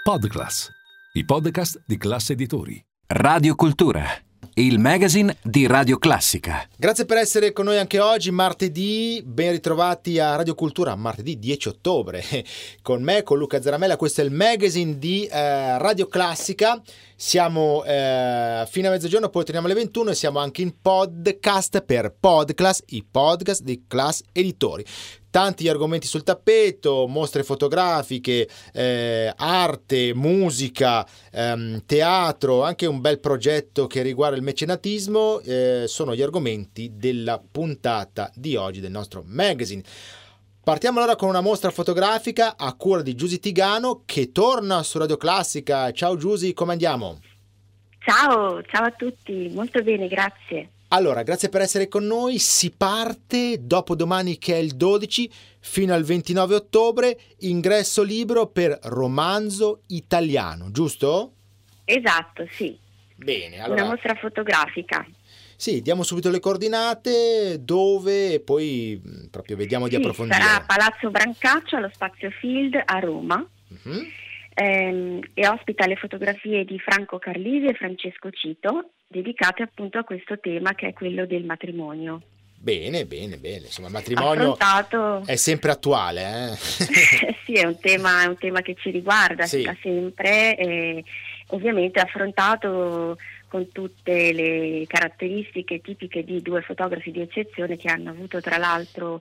Podclass, i podcast di Classe Editori. Radio Cultura, il magazine di Radio Classica. Grazie per essere con noi anche oggi, martedì. Ben ritrovati a Radio Cultura, martedì 10 ottobre. Con me, con Luca Zaramella, questo è il magazine di Radio Classica. Siamo fino a mezzogiorno, poi torniamo alle 21 e siamo anche in podcast per Podclass, i podcast di Class Editori. Tanti argomenti sul tappeto, mostre fotografiche, arte, musica, teatro, anche un bel progetto che riguarda il mecenatismo, sono gli argomenti della puntata di oggi del nostro magazine. Partiamo allora con una mostra fotografica a cura di Giusy Tigano che torna su Radio Classica. Ciao Giusy, come andiamo? Ciao a tutti, molto bene, grazie. Allora, grazie per essere con noi. Si parte dopodomani, che è il 12, fino al 29 ottobre, ingresso libero per Romanzo Italiano, giusto? Esatto, sì. Bene, allora... Una mostra fotografica. Sì, diamo subito le coordinate, dove e poi proprio vediamo di approfondire. Sarà a Palazzo Brancaccio, allo Spazio Field a Roma. Uh-huh. E ospita le fotografie di Franco Carlisi e Francesco Cito, dedicate appunto a questo tema che è quello del matrimonio. Bene, insomma il matrimonio è sempre attuale. Sì, è un tema che ci riguarda, sì. Da sempre, e ovviamente affrontato con tutte le caratteristiche tipiche di due fotografi di eccezione che hanno avuto tra l'altro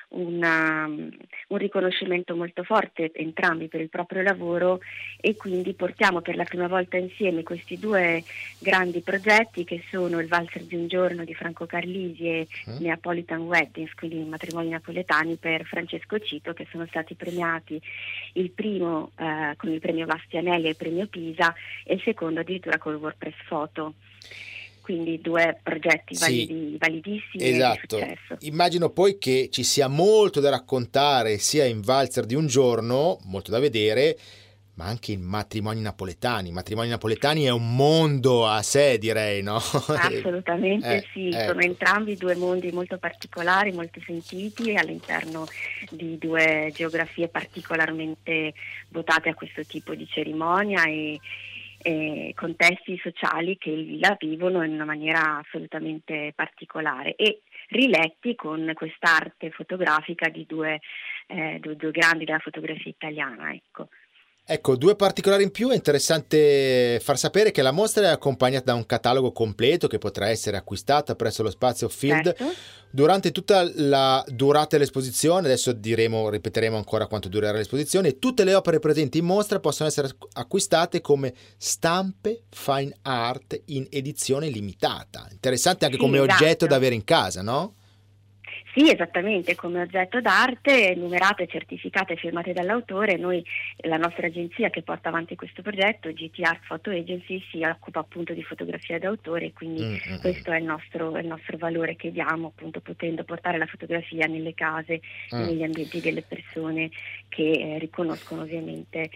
un riconoscimento molto forte entrambi per il proprio lavoro, e quindi portiamo per la prima volta insieme questi due grandi progetti che sono il Valzer di un giorno di Franco Carlisi e Neapolitan Weddings, quindi i matrimoni napoletani per Francesco Cito, che sono stati premiati, il primo con il premio Bastianelli e il premio Pisa e il secondo addirittura col WordPress Photo. Quindi due progetti validissimi. Esatto. E di successo. Immagino poi che ci sia molto da raccontare sia in Valzer di un giorno, molto da vedere, ma anche in Matrimoni Napoletani. Matrimoni Napoletani è un mondo a sé, direi, no? Assolutamente sì, ecco. Sono entrambi due mondi molto particolari, molto sentiti, all'interno di due geografie particolarmente votate a questo tipo di cerimonia e contesti sociali che la vivono in una maniera assolutamente particolare e riletti con quest'arte fotografica di due grandi della fotografia italiana, ecco. Ecco, due particolari in più. È interessante far sapere che la mostra è accompagnata da un catalogo completo che potrà essere acquistata presso lo Spazio Field durante tutta la durata dell'esposizione. Adesso ripeteremo ancora quanto durerà l'esposizione. E tutte le opere presenti in mostra possono essere acquistate come stampe fine art in edizione limitata. Interessante anche come oggetto da avere in casa, no? Sì, esattamente, come oggetto d'arte, numerate, certificate e firmate dall'autore. Noi, la nostra agenzia che porta avanti questo progetto, GT Art Photo Agency, si occupa appunto di fotografia d'autore, quindi questo è il nostro valore che diamo, appunto, potendo portare la fotografia nelle case, negli ambienti delle persone che riconoscono ovviamente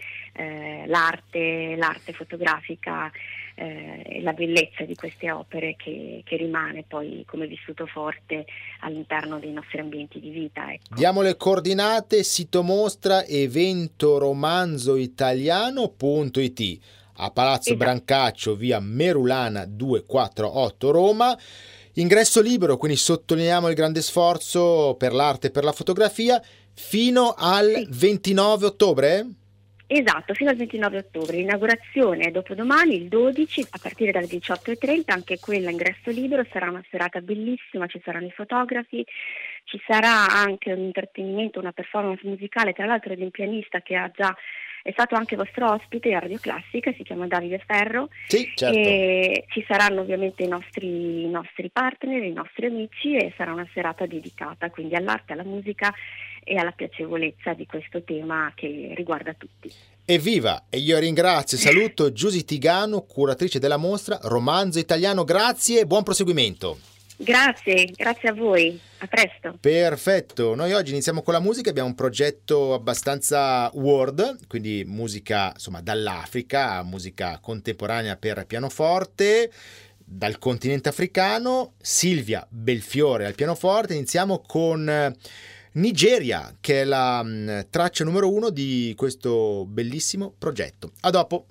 l'arte fotografica, la bellezza di queste opere che rimane poi come vissuto forte all'interno dei nostri ambienti di vita, ecco. Diamo le coordinate: sito mostra eventoromanzoitaliano.it, a Palazzo Brancaccio, via Merulana 248 Roma. Ingresso libero, quindi sottolineiamo il grande sforzo per l'arte e per la fotografia, fino al 29 ottobre? Esatto, fino al 29 ottobre. L'inaugurazione è dopodomani, il 12, a partire dalle 18:30, anche quella ingresso libero. Sarà una serata bellissima, ci saranno i fotografi, ci sarà anche un intrattenimento, una performance musicale, tra l'altro di un pianista che è stato anche vostro ospite a Radio Classica, si chiama Davide Ferro. Sì, certo. E ci saranno ovviamente i nostri partner, i nostri amici, e sarà una serata dedicata quindi all'arte, alla musica e alla piacevolezza di questo tema che riguarda tutti. Evviva! E io ringrazio e saluto Giusy Tigano, curatrice della mostra Romanzo Italiano. Grazie e buon proseguimento. Grazie a voi, a presto. Perfetto, noi oggi iniziamo con la musica, abbiamo un progetto abbastanza world, quindi musica insomma dall'Africa, musica contemporanea per pianoforte, dal continente africano. Silvia Belfiore al pianoforte. Iniziamo con Nigeria, che è la traccia numero 1 di questo bellissimo progetto. A dopo!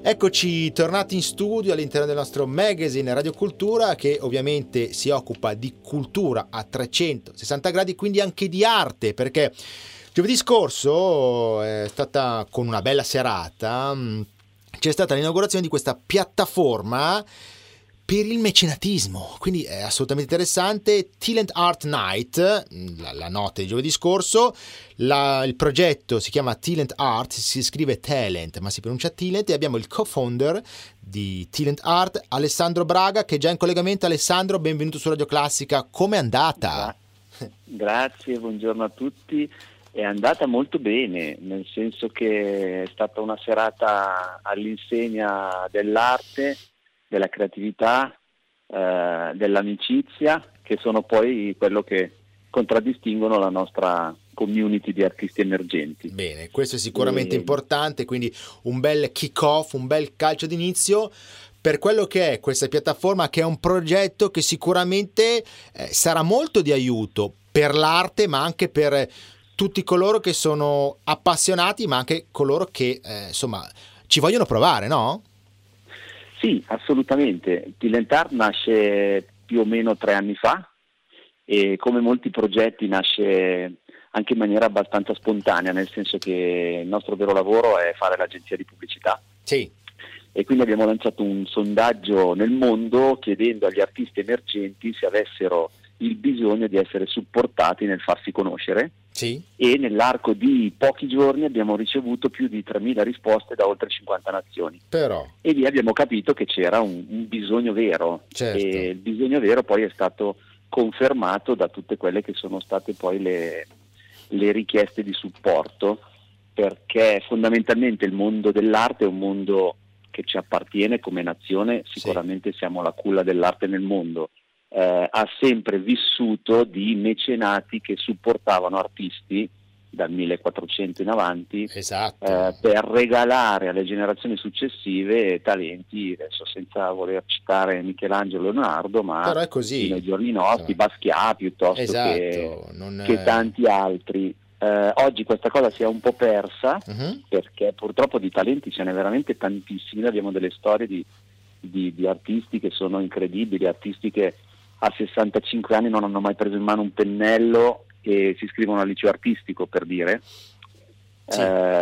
Eccoci tornati in studio all'interno del nostro magazine Radio Cultura, che ovviamente si occupa di cultura a 360 gradi, quindi anche di arte, perché giovedì scorso è stata, con una bella serata, c'è stata l'inaugurazione di questa piattaforma per il mecenatismo, quindi è assolutamente interessante. Talent Art Night, la notte di giovedì scorso, il progetto si chiama Talent Art, si scrive Talent ma si pronuncia Talent, e abbiamo il co-founder di Talent Art, Alessandro Braga, che è già in collegamento. Alessandro, benvenuto su Radio Classica, com'è andata? Grazie, buongiorno a tutti. È andata molto bene, nel senso che è stata una serata all'insegna dell'arte, della creatività, dell'amicizia, che sono poi quello che contraddistinguono la nostra community di artisti emergenti. Bene, questo è sicuramente importante, quindi un bel kick-off, un bel calcio d'inizio per quello che è questa piattaforma, che è un progetto che sicuramente sarà molto di aiuto per l'arte, ma anche per tutti coloro che sono appassionati, ma anche coloro che insomma ci vogliono provare, no? Sì, assolutamente. Talent Art nasce più o meno 3 anni fa e, come molti progetti, nasce anche in maniera abbastanza spontanea, nel senso che il nostro vero lavoro è fare l'agenzia di pubblicità. Sì. E quindi abbiamo lanciato un sondaggio nel mondo chiedendo agli artisti emergenti se avessero il bisogno di essere supportati nel farsi conoscere. Sì. E nell'arco di pochi giorni abbiamo ricevuto più di 3.000 risposte da oltre 50 nazioni. Però. E lì abbiamo capito che c'era un bisogno vero. Certo. E il bisogno vero poi è stato confermato da tutte quelle che sono state poi le richieste di supporto, perché fondamentalmente il mondo dell'arte è un mondo che ci appartiene come nazione. Sicuramente siamo la culla dell'arte nel mondo. Ha sempre vissuto di mecenati che supportavano artisti dal 1400 in avanti, esatto, per regalare alle generazioni successive talenti, adesso senza voler citare Michelangelo e Leonardo, ma però è così, fino ai giorni nostri, Basquiat piuttosto, esatto, che tanti altri. Oggi questa cosa si è un po' persa, perché purtroppo di talenti ce n'è veramente tantissimi. Noi abbiamo delle storie di artisti che sono incredibili, artisti che a 65 anni non hanno mai preso in mano un pennello e si iscrivono al liceo artistico, per dire, sì,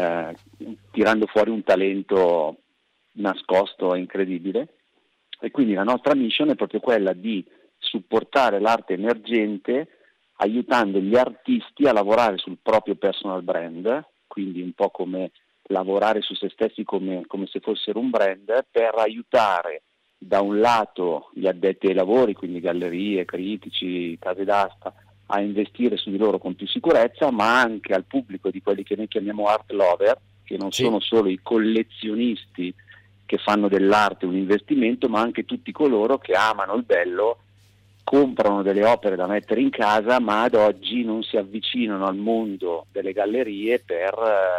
tirando fuori un talento nascosto e incredibile. E quindi la nostra mission è proprio quella di supportare l'arte emergente, aiutando gli artisti a lavorare sul proprio personal brand, quindi un po' come lavorare su se stessi come se fossero un brand, per aiutare da un lato gli addetti ai lavori, quindi gallerie, critici, case d'asta, a investire su di loro con più sicurezza, ma anche al pubblico di quelli che noi chiamiamo art lover, che non sono solo i collezionisti che fanno dell'arte un investimento, ma anche tutti coloro che amano il bello, comprano delle opere da mettere in casa, ma ad oggi non si avvicinano al mondo delle gallerie per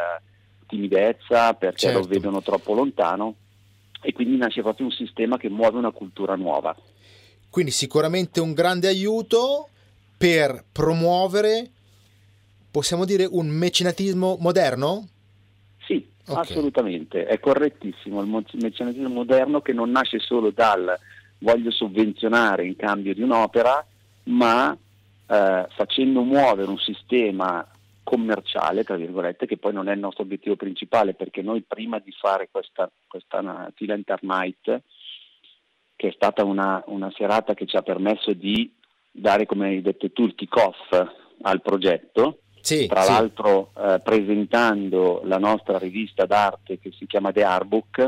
timidezza, perché lo vedono troppo lontano. E quindi nasce proprio un sistema che muove una cultura nuova. Quindi sicuramente un grande aiuto per promuovere, possiamo dire, un mecenatismo moderno? Sì, assolutamente, è correttissimo. Il mecenatismo moderno, che non nasce solo dal voglio sovvenzionare in cambio di un'opera, ma facendo muovere un sistema commerciale, tra virgolette, che poi non è il nostro obiettivo principale, perché noi, prima di fare questa Talent Art Night, che è stata una serata che ci ha permesso di dare, come hai detto tu, il kick-off al progetto, tra l'altro presentando la nostra rivista d'arte che si chiama The Art Book,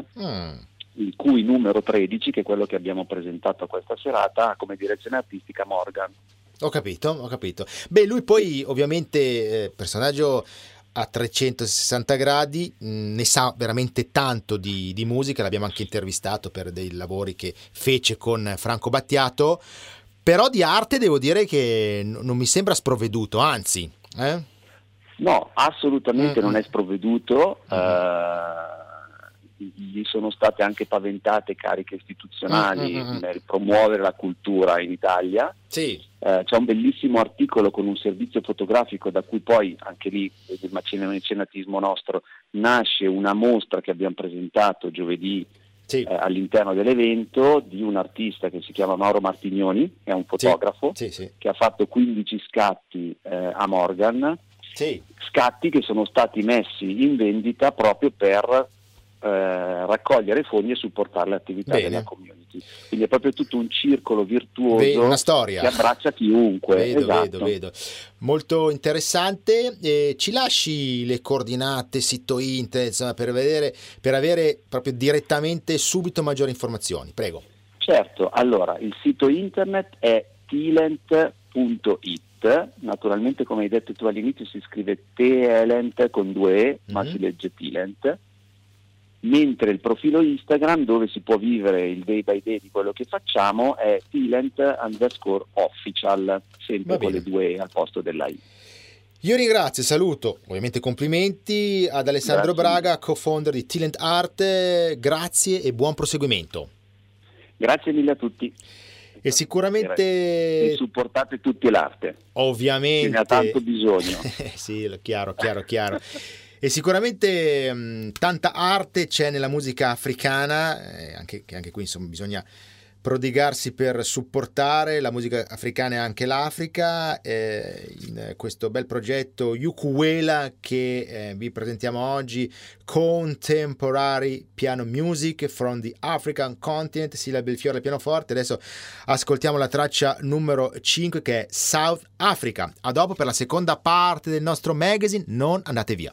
il cui numero 13, che è quello che abbiamo presentato a questa serata, ha come direzione artistica Morgan. Ho capito. Beh, lui poi ovviamente personaggio a 360 gradi, ne sa veramente tanto di musica, l'abbiamo anche intervistato per dei lavori che fece con Franco Battiato, però di arte devo dire che non mi sembra sprovveduto, anzi. No, assolutamente non è sprovveduto. gli sono state anche paventate cariche istituzionali nel promuovere la cultura in Italia. Sì. C'è un bellissimo articolo con un servizio fotografico da cui poi, anche lì, il mecenatismo nostro, nasce una mostra che abbiamo presentato giovedì all'interno dell'evento, di un artista che si chiama Mauro Martignoni, è un fotografo che ha fatto 15 scatti a Morgan, scatti che sono stati messi in vendita proprio per raccogliere fondi e supportare le attività della community. Quindi è proprio tutto un circolo virtuoso, una storia che abbraccia chiunque. Vedo. Molto interessante. Ci lasci le coordinate, sito internet, insomma, per avere proprio direttamente subito maggiori informazioni, prego. Certo, allora il sito internet è Tilent.it, naturalmente come hai detto tu all'inizio si scrive Talent con 2 E, ma si legge Tilent. Mentre il profilo Instagram, dove si può vivere il day by day di quello che facciamo, è Tilent_official, sempre con le 2 E al posto della I. Io ringrazio e saluto, ovviamente complimenti ad Alessandro Braga, co-founder di Tilent Art, grazie e buon proseguimento. Grazie mille a tutti. E sicuramente... E supportate tutti l'arte. Ovviamente. Ne ha tanto bisogno. Sì, chiaro. E sicuramente tanta arte c'è nella musica africana, anche qui insomma bisogna prodigarsi per supportare la musica africana e anche l'Africa, in questo bel progetto Ukuwela che vi presentiamo oggi, Contemporary Piano Music from the African Continent, Sila Belfiore al pianoforte. Adesso ascoltiamo la traccia numero 5 che è South Africa. A dopo per la seconda parte del nostro magazine, non andate via.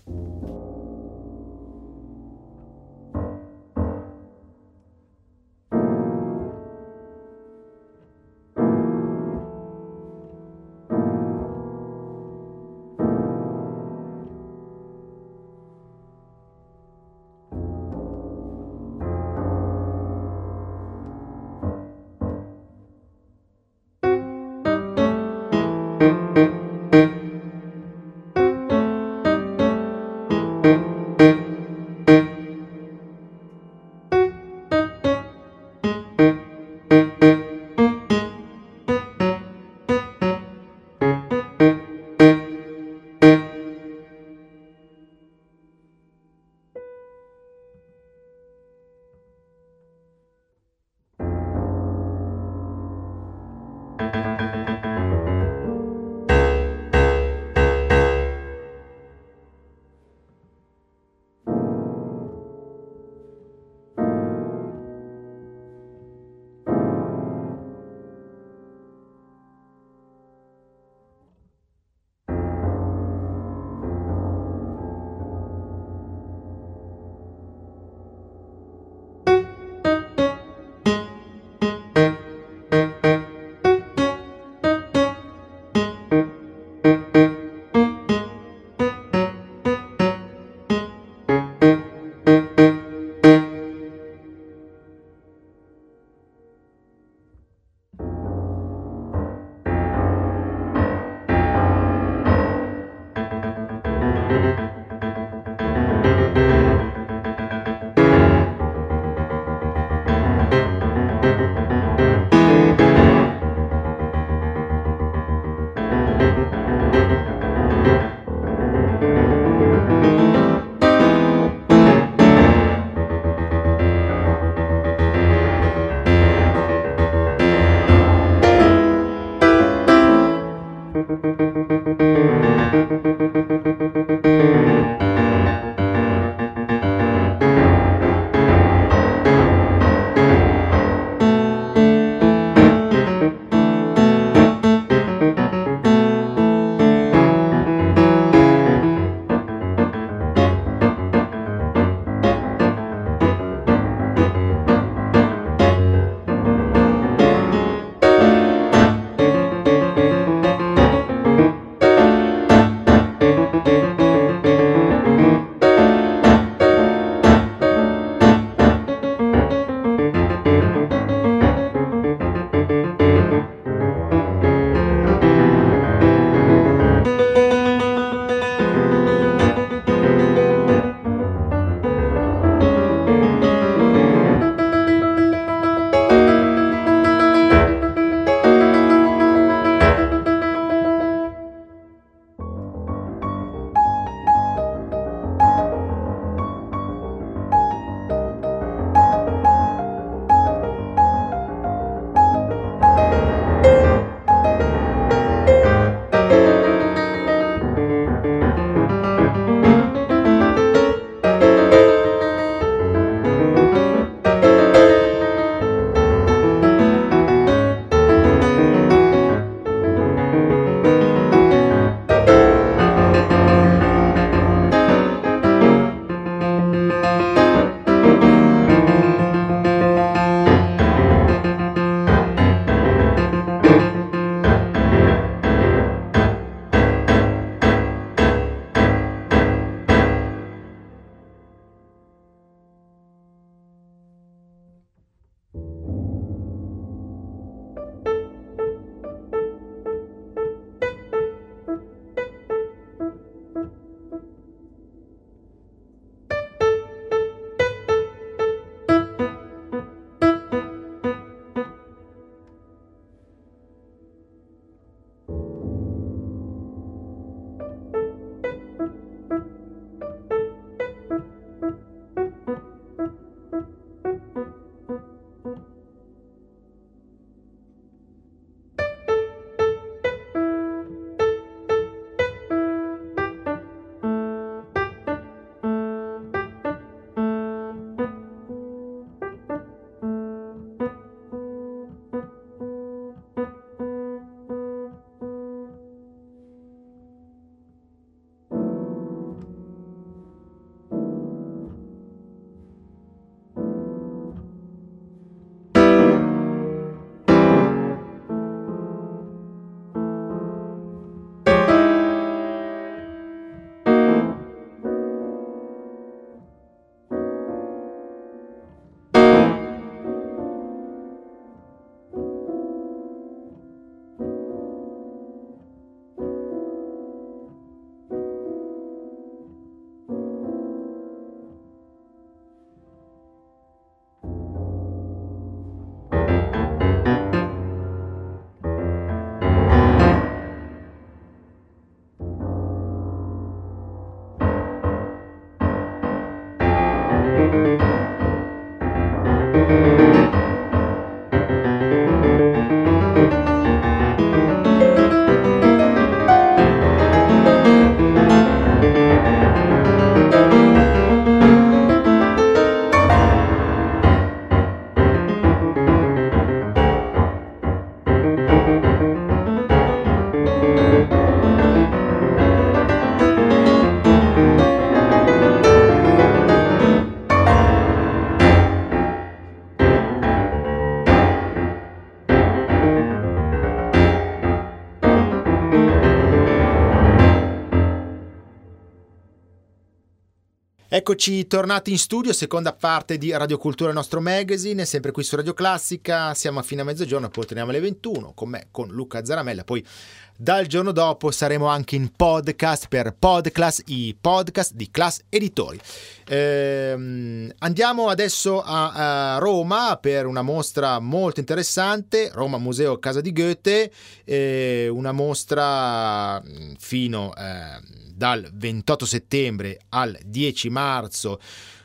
Eccoci tornati in studio, seconda parte di Radio Cultura, il nostro magazine, sempre qui su Radio Classica. Siamo a fine a mezzogiorno, poi torniamo alle 21 con me, con Luca Zaramella. Poi dal giorno dopo saremo anche in podcast per Podclass, i podcast di Class Editori. Andiamo adesso a Roma per una mostra molto interessante, Roma Museo Casa di Goethe, una mostra fino dal 28 settembre al 10 marzo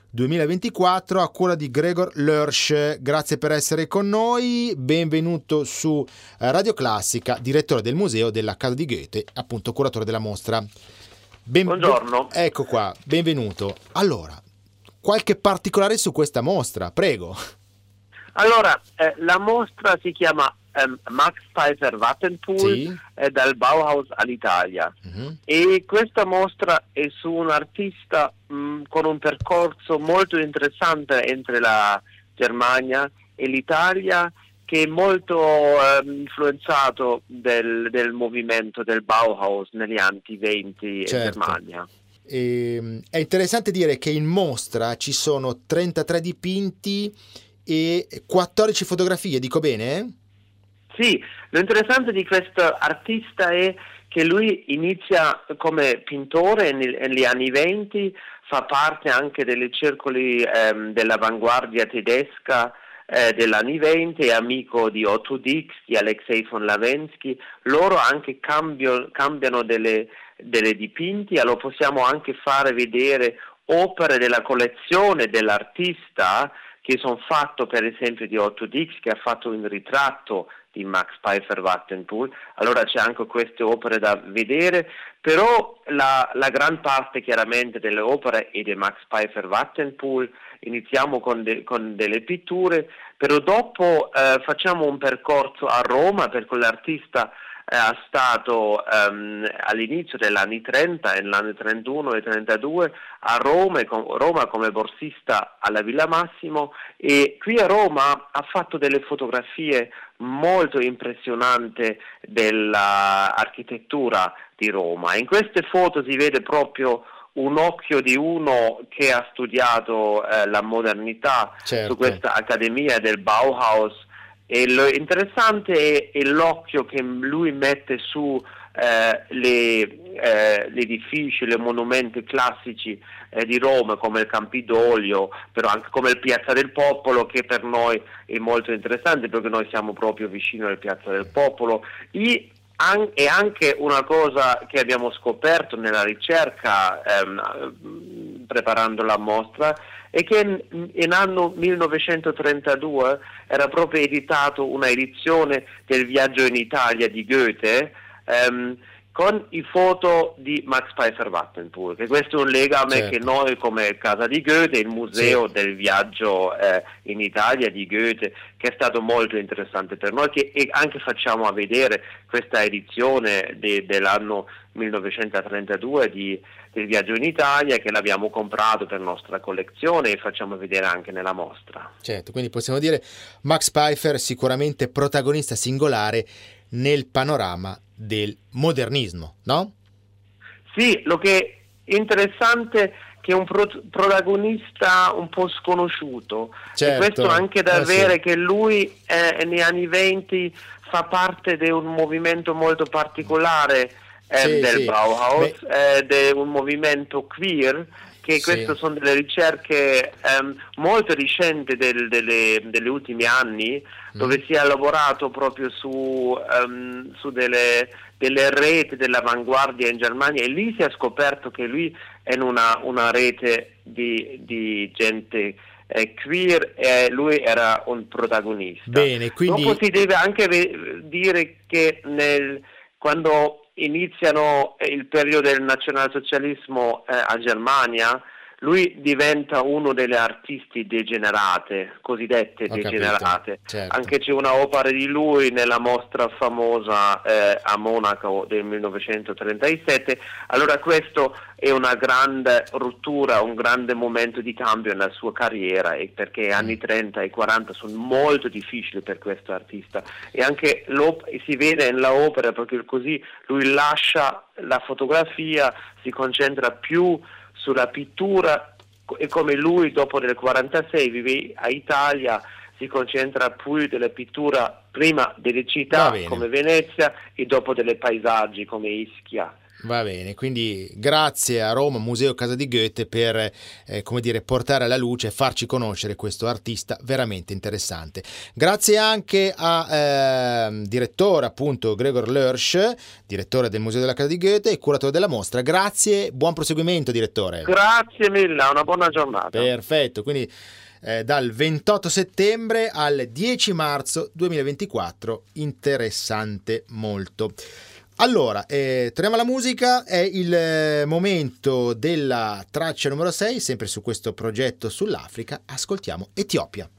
2024 a cura di Gregor Lörsch. Grazie per essere con noi, benvenuto su Radio Classica, direttore del museo della Casa di Goethe, appunto curatore della mostra. Buongiorno. Ecco qua, benvenuto. Allora, qualche particolare su questa mostra, prego. Allora, la mostra si chiama Max Pfeiffer Vattenpool, Sì. Dal Bauhaus all'Italia. E questa mostra è su un artista con un percorso molto interessante entre la Germania e l'Italia, che è molto influenzato del movimento del Bauhaus negli anni 20 Certo. in Germania. È interessante dire che in mostra ci sono 33 dipinti e 14 fotografie, dico bene? Sì, lo interessante di questo artista è che lui inizia come pittore negli anni 20, fa parte anche dei circoli dell'avanguardia tedesca degli anni 20, è amico di Otto Dix, di Alexei von Lawensky. Loro anche cambiano delle dipinti, allora possiamo anche fare vedere opere della collezione dell'artista che sono fatto, per esempio, di Otto Dix, che ha fatto un ritratto di Max Pfeiffer Vattenpool. Allora c'è anche queste opere da vedere, però la gran parte chiaramente delle opere è di Max Pfeiffer Vattenpool. Iniziamo con delle pitture, però dopo facciamo un percorso a Roma, perché l'artista è stato all'inizio degli anni 30, negli anni 31 e 32 a Roma come borsista alla Villa Massimo, e qui a Roma ha fatto delle fotografie molto impressionanti dell'architettura di Roma. In queste foto si vede proprio un occhio di uno che ha studiato la modernità, Certo. su questa accademia del Bauhaus. E lo interessante è l'occhio che lui mette su gli edifici, i monumenti classici di Roma, come il Campidoglio, però anche come il Piazza del Popolo, che per noi è molto interessante perché noi siamo proprio vicino al Piazza del Popolo. E anche una cosa che abbiamo scoperto nella ricerca preparando la mostra è che in anno 1932 era proprio editato una edizione del Viaggio in Italia di Goethe con i foto di Max Pfeiffer Vattenpool, che questo è un legame Certo. che noi come Casa di Goethe, il museo Sì. del Viaggio in Italia di Goethe, che è stato molto interessante per noi, e anche facciamo a vedere questa edizione dell'anno 1932 del Viaggio in Italia, che l'abbiamo comprato per nostra collezione e facciamo vedere anche nella mostra. Certo, quindi possiamo dire Max Pfeiffer sicuramente protagonista singolare nel panorama del modernismo, no? Sì, lo che è interessante è che è un protagonista un po' sconosciuto, Certo. e questo anche da avere Sì. che lui negli anni 20 fa parte di un movimento molto particolare Sì, del sì. Bauhaus, di un movimento queer, che Sì. queste sono delle ricerche molto recenti degli ultimi anni, dove si è lavorato proprio su delle reti dell'avanguardia in Germania, e lì si è scoperto che lui è in una rete di gente queer, e lui era un protagonista. Bene, quindi Dopo si deve anche dire che quando iniziano il periodo del nazionalsocialismo a Germania, lui diventa uno delle artisti degenerate, cosiddette Ho capito, degenerate. certo. Anche c'è una opera di lui nella mostra famosa a Monaco del 1937. Allora questo è una grande rottura, un grande momento di cambio nella sua carriera, e perché anni 30 e 40 sono molto difficili per questo artista, e anche si vede nell'opera perché così lui lascia la fotografia, si concentra più sulla pittura e come lui dopo del 46 vive a Italia, si concentra più della pittura prima delle città come Venezia e dopo delle paesaggi come Ischia. Va bene, quindi grazie a Roma Museo Casa di Goethe per come dire, portare alla luce e farci conoscere questo artista veramente interessante. Grazie anche a direttore appunto Gregor Lörsch, direttore del Museo della Casa di Goethe e curatore della mostra. Grazie, buon proseguimento direttore. Grazie mille, una buona giornata. Perfetto, quindi dal 28 settembre al 10 marzo 2024, interessante molto. Allora, torniamo alla musica, è il momento della traccia numero 6, sempre su questo progetto sull'Africa, ascoltiamo Etiopia.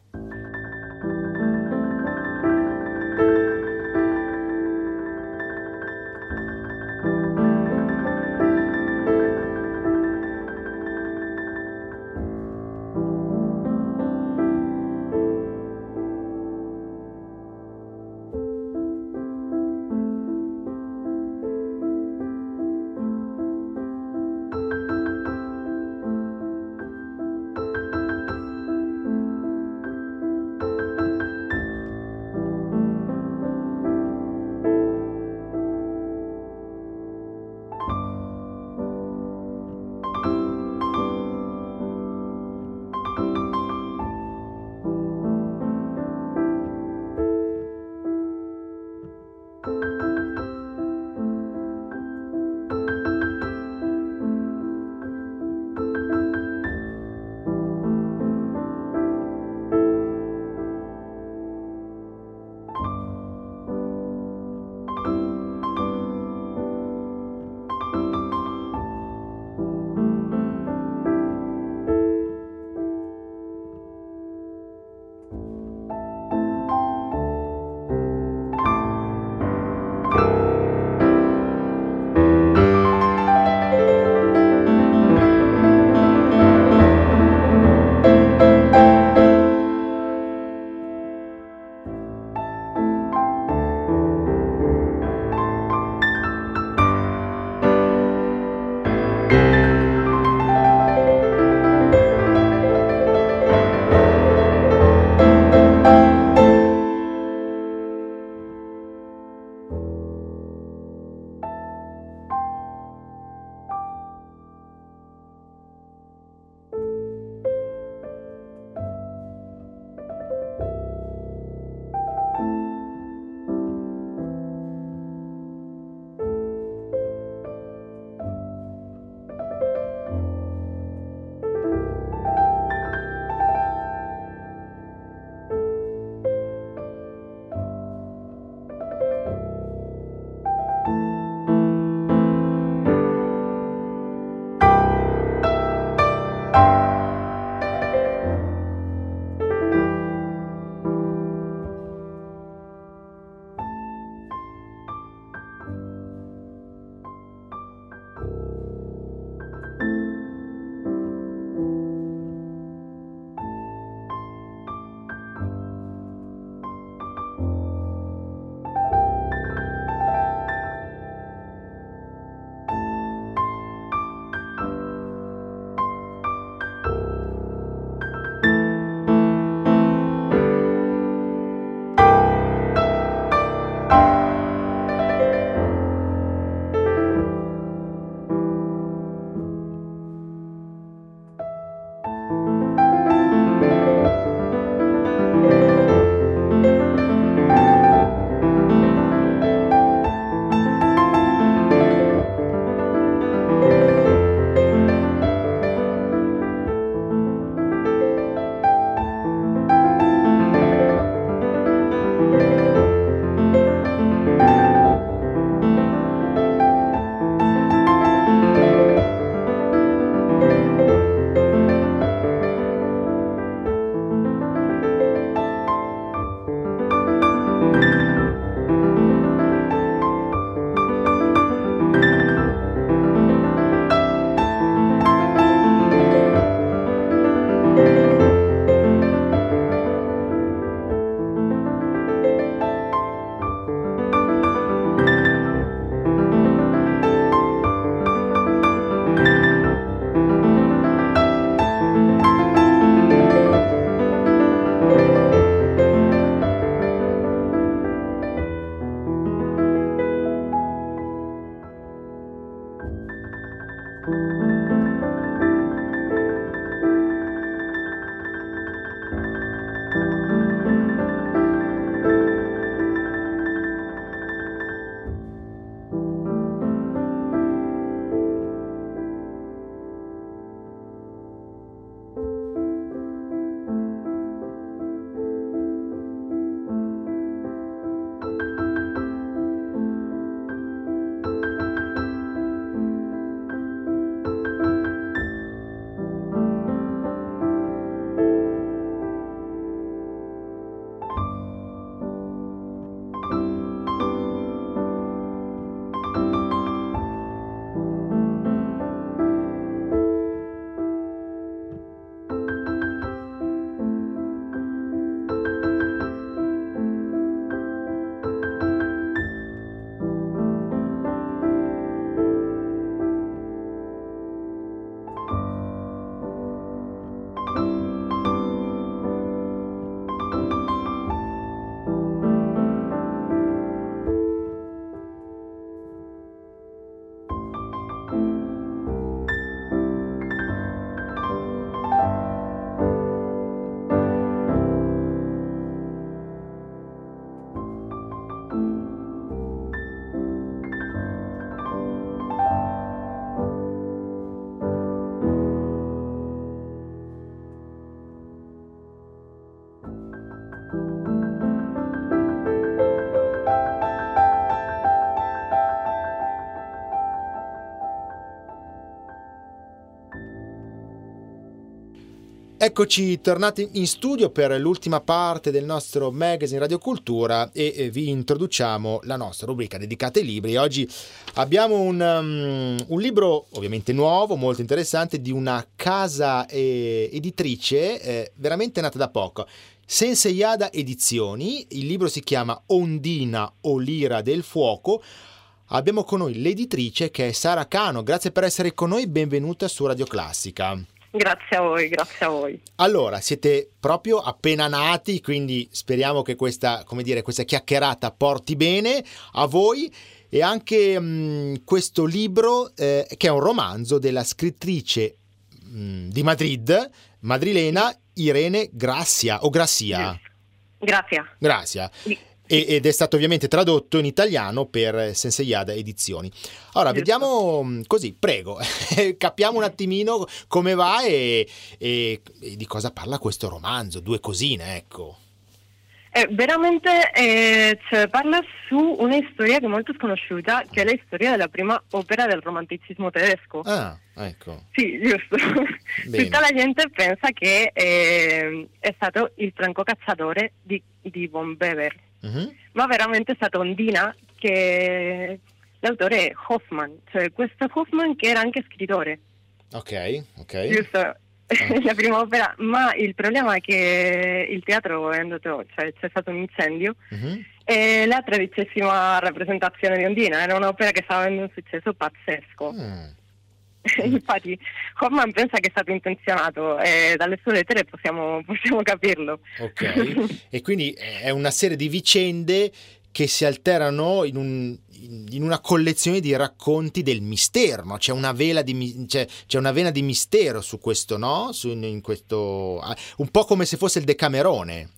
Eccoci tornati in studio per l'ultima parte del nostro magazine Radio Cultura e vi introduciamo la nostra rubrica dedicata ai libri. Oggi abbiamo un libro ovviamente nuovo, molto interessante, di una casa editrice veramente nata da poco. Senseiada Edizioni, il libro si chiama Ondina o l'ira del fuoco. Abbiamo con noi l'editrice che è Sara Cano. Grazie per essere con noi, benvenuta su Radio Classica. Grazie a voi, grazie a voi. Allora, siete proprio appena nati, quindi speriamo che questa chiacchierata porti bene a voi e anche questo libro che è un romanzo della scrittrice di Madrid, madrilena Irene Gracia o Gracia. Gracia. Ed è stato ovviamente tradotto in italiano per Senseiada Edizioni. Ora vediamo così, prego, capiamo un attimino come va e di cosa parla questo romanzo, due cosine, ecco. Veramente parla su una storia che è molto sconosciuta, che è la storia della prima opera del romanticismo tedesco. Ah, ecco. Sì, giusto. Tutta la gente pensa che è stato il Franco Cacciatore di von Weber. Uh-huh. Ma veramente è stata Ondina, che l'autore è Hoffmann, cioè questo Hoffmann che era anche scrittore. Ok. Giusto, la prima opera, ma il problema è che il teatro è andato, cioè c'è stato un incendio, uh-huh, e la 13ª rappresentazione di Ondina era un'opera che stava avendo un successo pazzesco. Infatti Hoffmann pensa che è stato intenzionato e dalle sue lettere possiamo capirlo. Ok, e quindi è una serie di vicende che si alterano in una collezione di racconti del mistero, no? C'è una vena di mistero su questo, no? In questo, un po' come se fosse il Decamerone,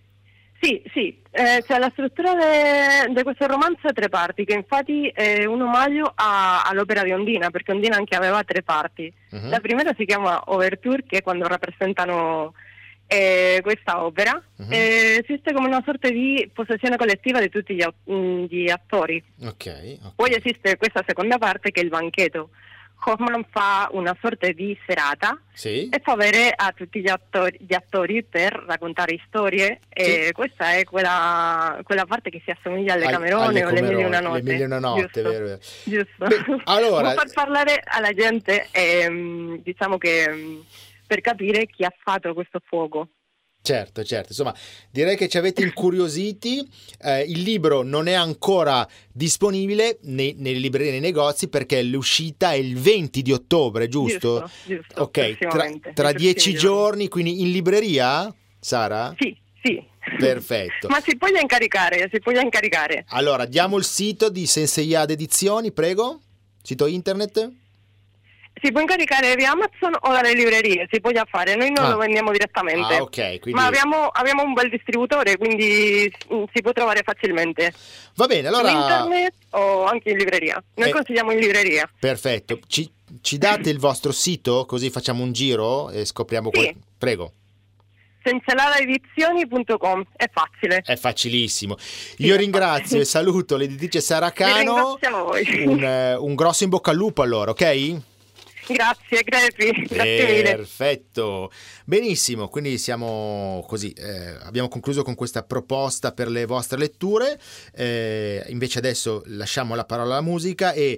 Sì, cioè la struttura di questo romanzo è 3 parti, che infatti è un omaggio all'opera di Ondina, perché Ondina anche aveva 3 parti. Uh-huh. La prima si chiama Overture, che è quando rappresentano questa opera, uh-huh, esiste come una sorta di possessione collettiva di tutti gli attori. Okay. Poi esiste questa seconda parte che è il banchetto. Hoffmann fa una sorta di serata, sì, e fa avere a tutti gli attori per raccontare storie, sì, e questa è quella parte che si assomiglia alle Camerone o le Mille e una notte. Le Mille e una notte, vero. Giusto. Beh, allora, per parlare alla gente, diciamo che per capire chi ha fatto questo fuoco. Certo, insomma direi che ci avete incuriositi. Il libro non è ancora disponibile nelle librerie e nei negozi perché l'uscita è il 20 di ottobre, giusto? Giusto, ok, tra 10 giorni, quindi in libreria, Sara? Sì. Perfetto. Ma si può incaricare. Allora, diamo il sito di Senseiada Edizioni, prego, sito internet. Si può incaricare via Amazon o dalle librerie, si può già fare, noi non lo vendiamo direttamente, okay, quindi... ma abbiamo un bel distributore, quindi si può trovare facilmente. Va bene, allora... Su internet o anche in libreria, noi consigliamo in libreria. Perfetto, ci date il vostro sito così facciamo un giro e scopriamo... Sì. Prego. Senseiadaedizioni.com, è facile. È facilissimo. Io ringrazio e saluto l'editrice Sara Cano. Ringrazio a voi. Un grosso in bocca al lupo allora, ok? Grazie mille. Perfetto, benissimo, quindi siamo così, abbiamo concluso con questa proposta per le vostre letture, invece adesso lasciamo la parola alla musica e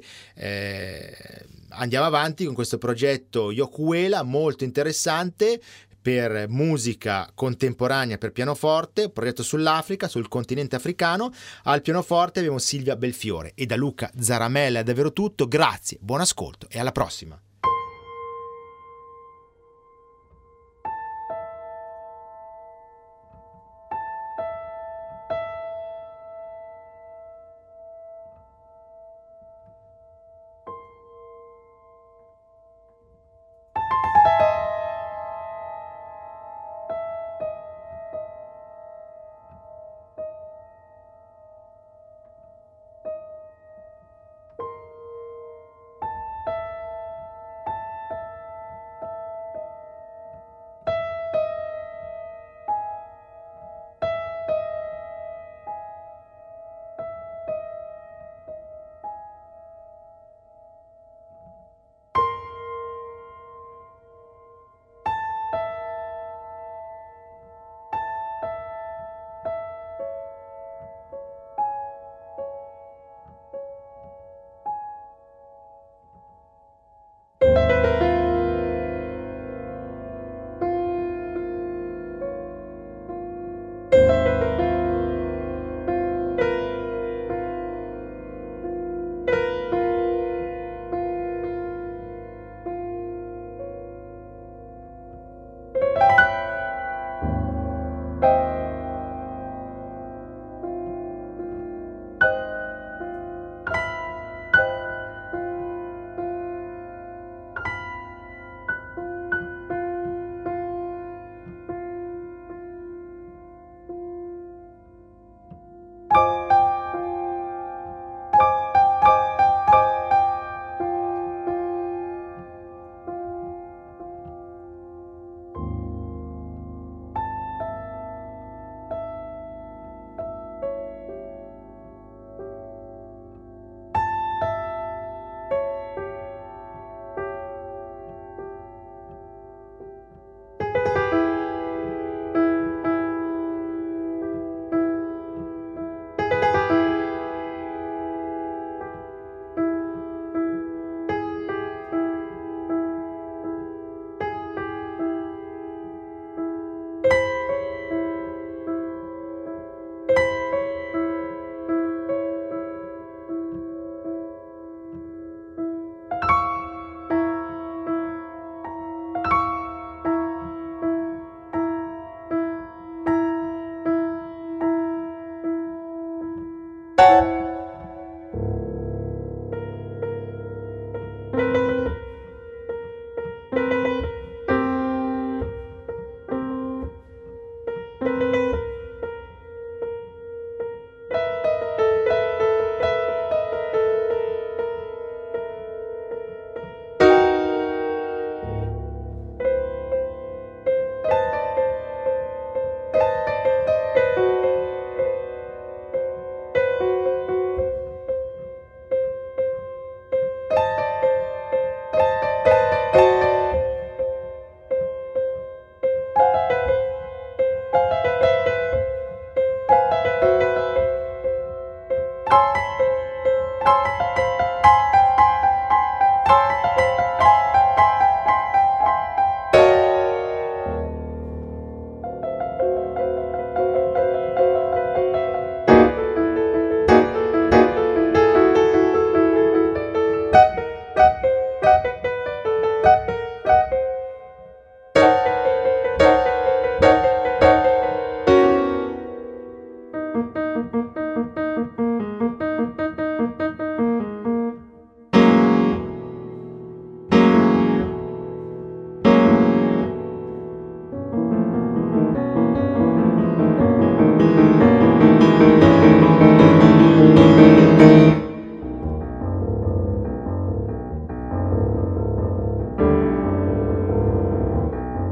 andiamo avanti con questo progetto Yokuela molto interessante per musica contemporanea per pianoforte, progetto sull'Africa, sul continente africano. Al pianoforte abbiamo Silvia Belfiore e da Luca Zaramella è davvero tutto, grazie, buon ascolto e alla prossima.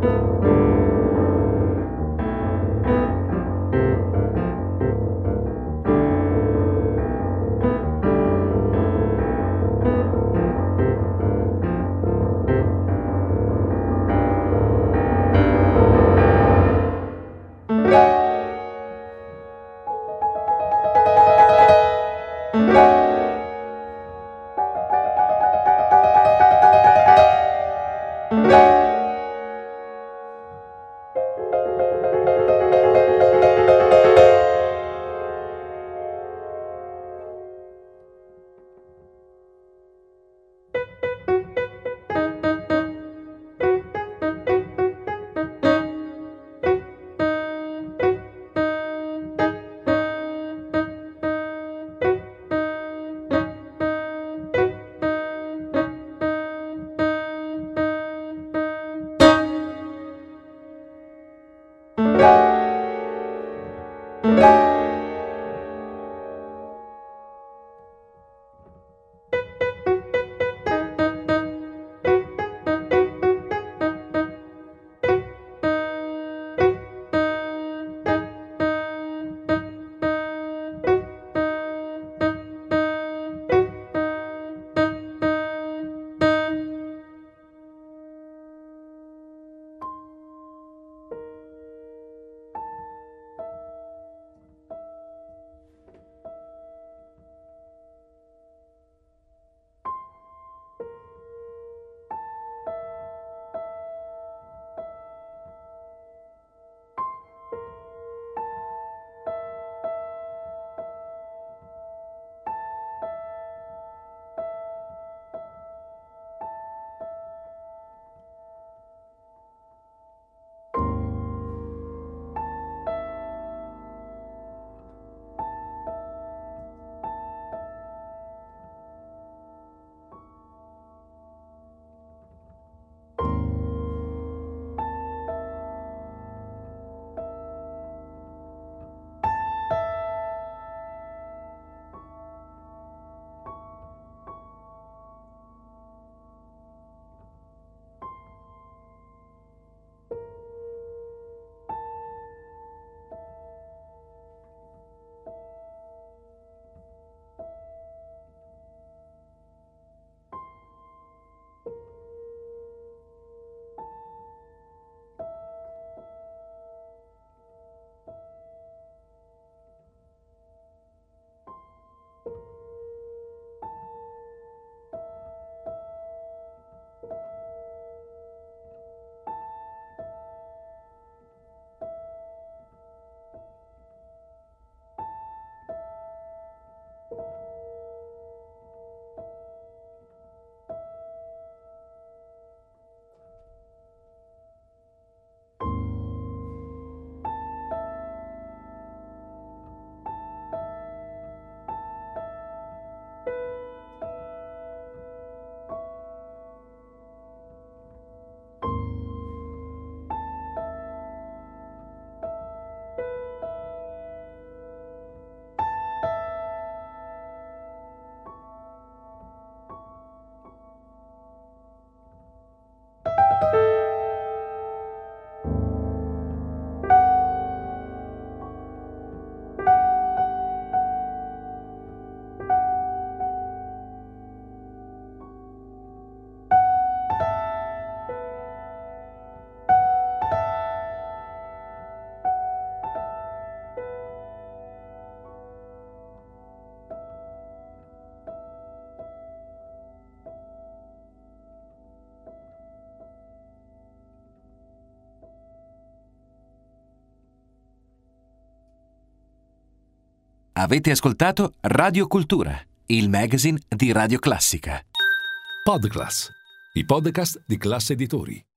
Avete ascoltato Radio Cultura, il magazine di Radio Classica. Podclass, i podcast di Classe Editori.